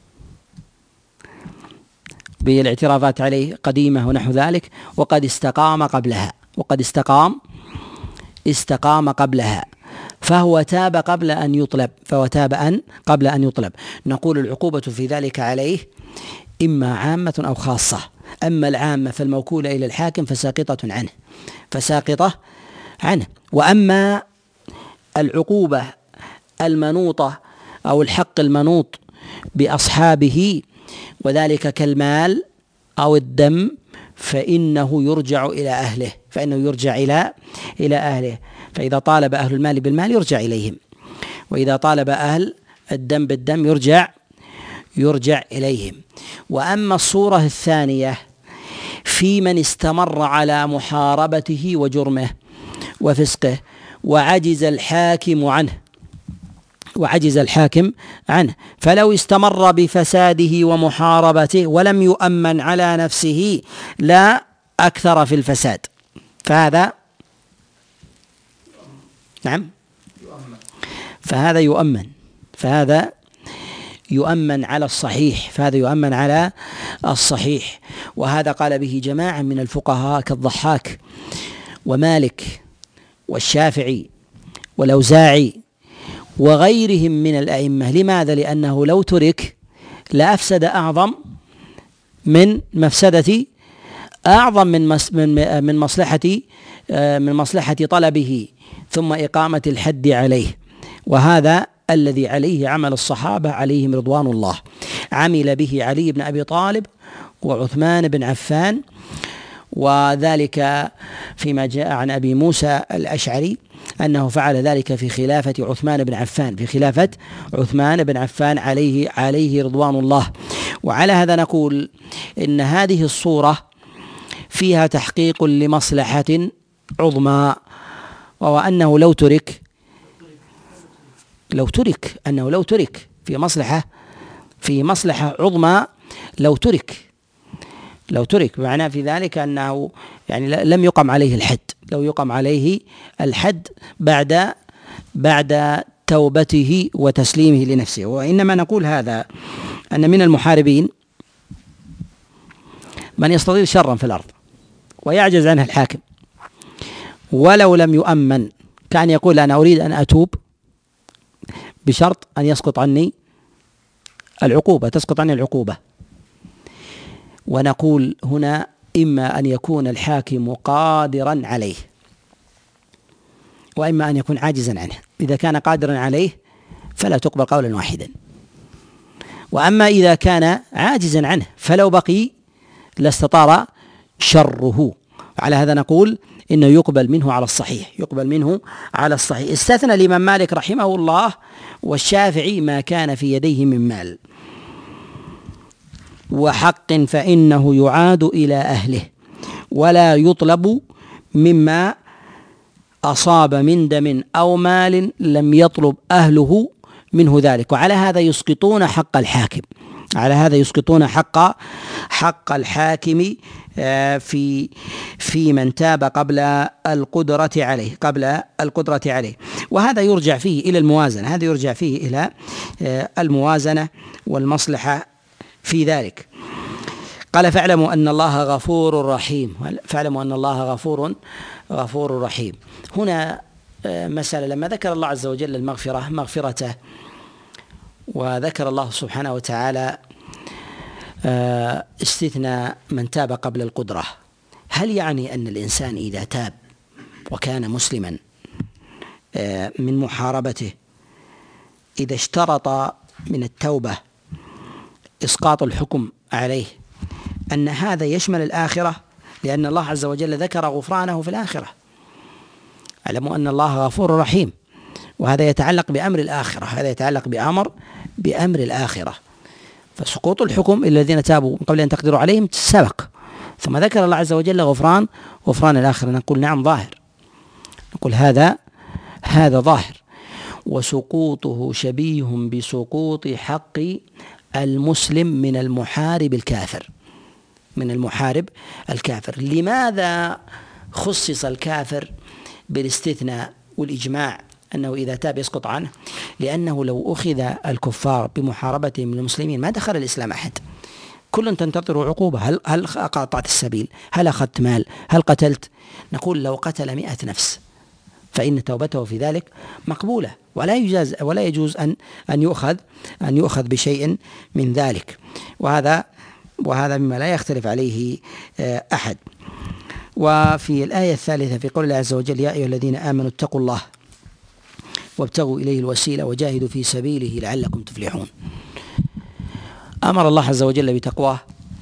بالاعترافات عليه قديمة ونحو ذلك، وقد استقام قبلها وقد استقام استقام قبلها فهو تاب قبل أن يطلب فهو تاب أن قبل أن يطلب. نقول العقوبة في ذلك عليه إما عامة أو خاصة. أما العامة فالموكولة إلى الحاكم فساقطة عنه فساقطة عنه وأما العقوبة المنوطة أو الحق المنوط بأصحابه وذلك كالمال أو الدم فإنه يرجع إلى أهله فإنه يرجع إلى إلى أهله فإذا طالب أهل المال بالمال يرجع إليهم، وإذا طالب أهل الدم بالدم يرجع يرجع إليهم. وأما الصورة الثانية في من استمر على محاربته وجرمه وفسقه وعجز الحاكم عنه وعجز الحاكم عنه فلو استمر بفساده ومحاربته ولم يؤمن على نفسه لا أكثر في الفساد فهذا نعم فهذا يؤمن فهذا يؤمن على الصحيح فهذا يؤمن على الصحيح وهذا قال به جماعة من الفقهاء كالضحاك ومالك والشافعي والأوزاعي وغيرهم من الأئمة. لماذا؟ لأنه لو ترك لأفسد أعظم من مفسدة أعظم من من من مصلحة من مصلحة طلبه ثم إقامة الحد عليه، وهذا الذي عليه عمل الصحابة عليهم رضوان الله. عمل به علي بن أبي طالب وعثمان بن عفان، وذلك فيما جاء عن أبي موسى الأشعري أنه فعل ذلك في خلافة عثمان بن عفان في خلافة عثمان بن عفان عليه عليه رضوان الله. وعلى هذا نقول إن هذه الصورة فيها تحقيق لمصلحة عظمى، وهو أنه لو ترك لو ترك أنه لو ترك في مصلحة في مصلحة عظمى لو ترك لو ترك بمعنى في ذلك أنه يعني لم يقم عليه الحد لو يقم عليه الحد بعد بعد توبته وتسليمه لنفسه. وإنما نقول هذا أن من المحاربين من يستطيل شرا في الأرض ويعجز عنه الحاكم ولو لم يؤمن، كان يقول أنا أريد أن أتوب بشرط أن يسقط عني العقوبة تسقط عني العقوبة. ونقول هنا إما أن يكون الحاكم قادرا عليه وإما أن يكون عاجزا عنه. إذا كان قادرا عليه فلا تقبل قولا واحدا، وأما إذا كان عاجزا عنه فلو بقي لاستطار شره. على هذا نقول إنه يقبل منه على الصحيح يقبل منه على الصحيح. استثنى الإمام مالك رحمه الله والشافعي ما كان في يديه من مال وحق فإنه يعاد إلى أهله ولا يطلب مما أصاب من دم أو مال لم يطلب أهله منه ذلك. وعلى هذا يسقطون حق الحاكم، على هذا يسقطون حق حق الحاكم في في من تاب قبل القدرة عليه قبل القدرة عليه. وهذا يرجع فيه إلى الموازنة، هذا يرجع فيه إلى الموازنة والمصلحة في ذلك. قال فاعلموا أن الله غفور رحيم، فاعلموا أن الله غفور غفور رحيم. هنا مسألة، لما ذكر الله عز وجل المغفرة مغفرته، وذكر الله سبحانه وتعالى استثناء من تاب قبل القدرة، هل يعني أن الإنسان إذا تاب وكان مسلما من محاربته إذا اشترط من التوبة إسقاط الحكم عليه أن هذا يشمل الآخرة؟ لأن الله عز وجل ذكر غفرانه في الآخرة. اعلموا أن الله غفور رحيم، وهذا يتعلق بأمر الآخرة، هذا يتعلق بأمر بأمر الآخرة. فسقوط الحكم الذين تابوا قبل أن تقدروا عليهم سبق، ثم ذكر الله عز وجل غفران غفران الآخرة. نقول نعم ظاهر، نقول هذا هذا ظاهر. وسقوطه شبيه بسقوط حق المسلم من المحارب الكافر، من المحارب الكافر. لماذا خصص الكافر بالاستثناء والإجماع أنه إذا تاب يسقط عنه؟ لأنه لو أخذ الكفار بمحاربتهم للمسلمين ما دخل الإسلام أحد، كل تنتظر عقوبة. هل هل قاطعت السبيل؟ هل أخذت مال؟ هل قتلت؟ نقول لو قتل مئة نفس فإن توبته في ذلك مقبولة، ولا يجاز ولا يجوز أن أن يؤخذ أن يؤخذ بشيء من ذلك. وهذا وهذا مما لا يختلف عليه أحد. وفي الآية الثالثة في قول الله عز وجل: يا أيها الذين آمنوا اتقوا الله وابتغوا إليه الوسيلة وجاهدوا في سبيله لعلكم تفلحون. أمر الله عز وجل بتقواه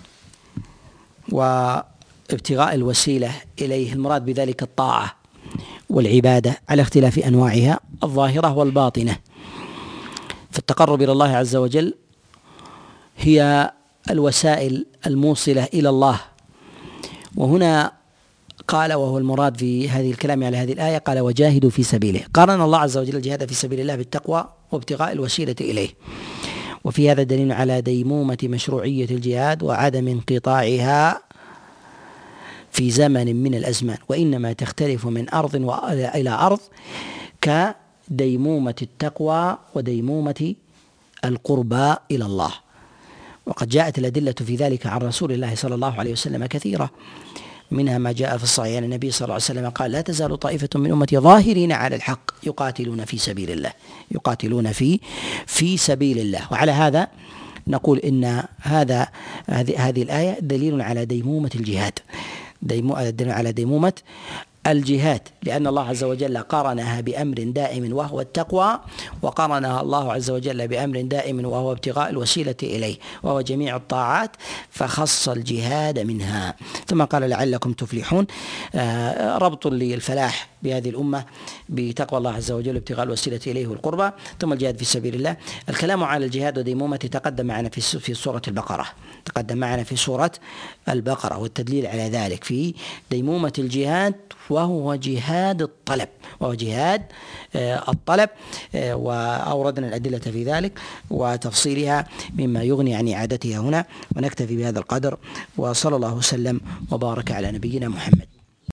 وابتغاء الوسيلة إليه، المراد بذلك الطاعة والعبادة على اختلاف أنواعها الظاهرة والباطنة. فالتقرب إلى الله عز وجل هي الوسائل الموصلة إلى الله. وهنا قال، وهو المراد في هذه الكلام على هذه الآية، قال: وجاهدوا في سبيله. قارن الله عز وجل الجهاد في سبيل الله بالتقوى وابتغاء الوسيلة إليه. وفي هذا دليل على ديمومة مشروعية الجهاد وعدم انقطاعها في زمن من الأزمان، وإنما تختلف من أرض إلى أرض، كديمومة التقوى وديمومة القربى إلى الله. وقد جاءت الأدلة في ذلك عن رسول الله صلى الله عليه وسلم كثيرة، منها ما جاء في الصحيح عن النبي صلى الله عليه وسلم قال: لا تزال طائفة من أمتي ظاهرين على الحق يقاتلون في سبيل الله، يقاتلون في في سبيل الله. وعلى هذا نقول إن هذا هذه هذه الآية دليل على ديمومة الجهاد، دليل على ديمومة الجهاد، لأن الله عز وجل قارنها بأمر دائم وهو التقوى، وقارنها الله عز وجل بأمر دائم وهو ابتغاء الوسيلة إليه وهو جميع الطاعات، فخص الجهاد منها. ثم قال: لعلكم تفلحون، آه ربط للفلاح بهذه الأمة بتقوى الله عز وجل ابتغاء الوسيلة إليه والقربى، ثم الجهاد في سبيل الله. الكلام على الجهاد وديمومة تقدم معنا في في سورة البقرة، تقدم معنا في سورة البقرة، والتدليل على ذلك في ديمومة الجهاد، وهو جهاد الطلب، وهو جهاد آه الطلب آه وأوردنا الأدلة في ذلك وتفصيلها مما يغني عن إعادتها هنا. ونكتفي بهذا القدر، وصلى الله وسلم وبارك على نبينا محمد.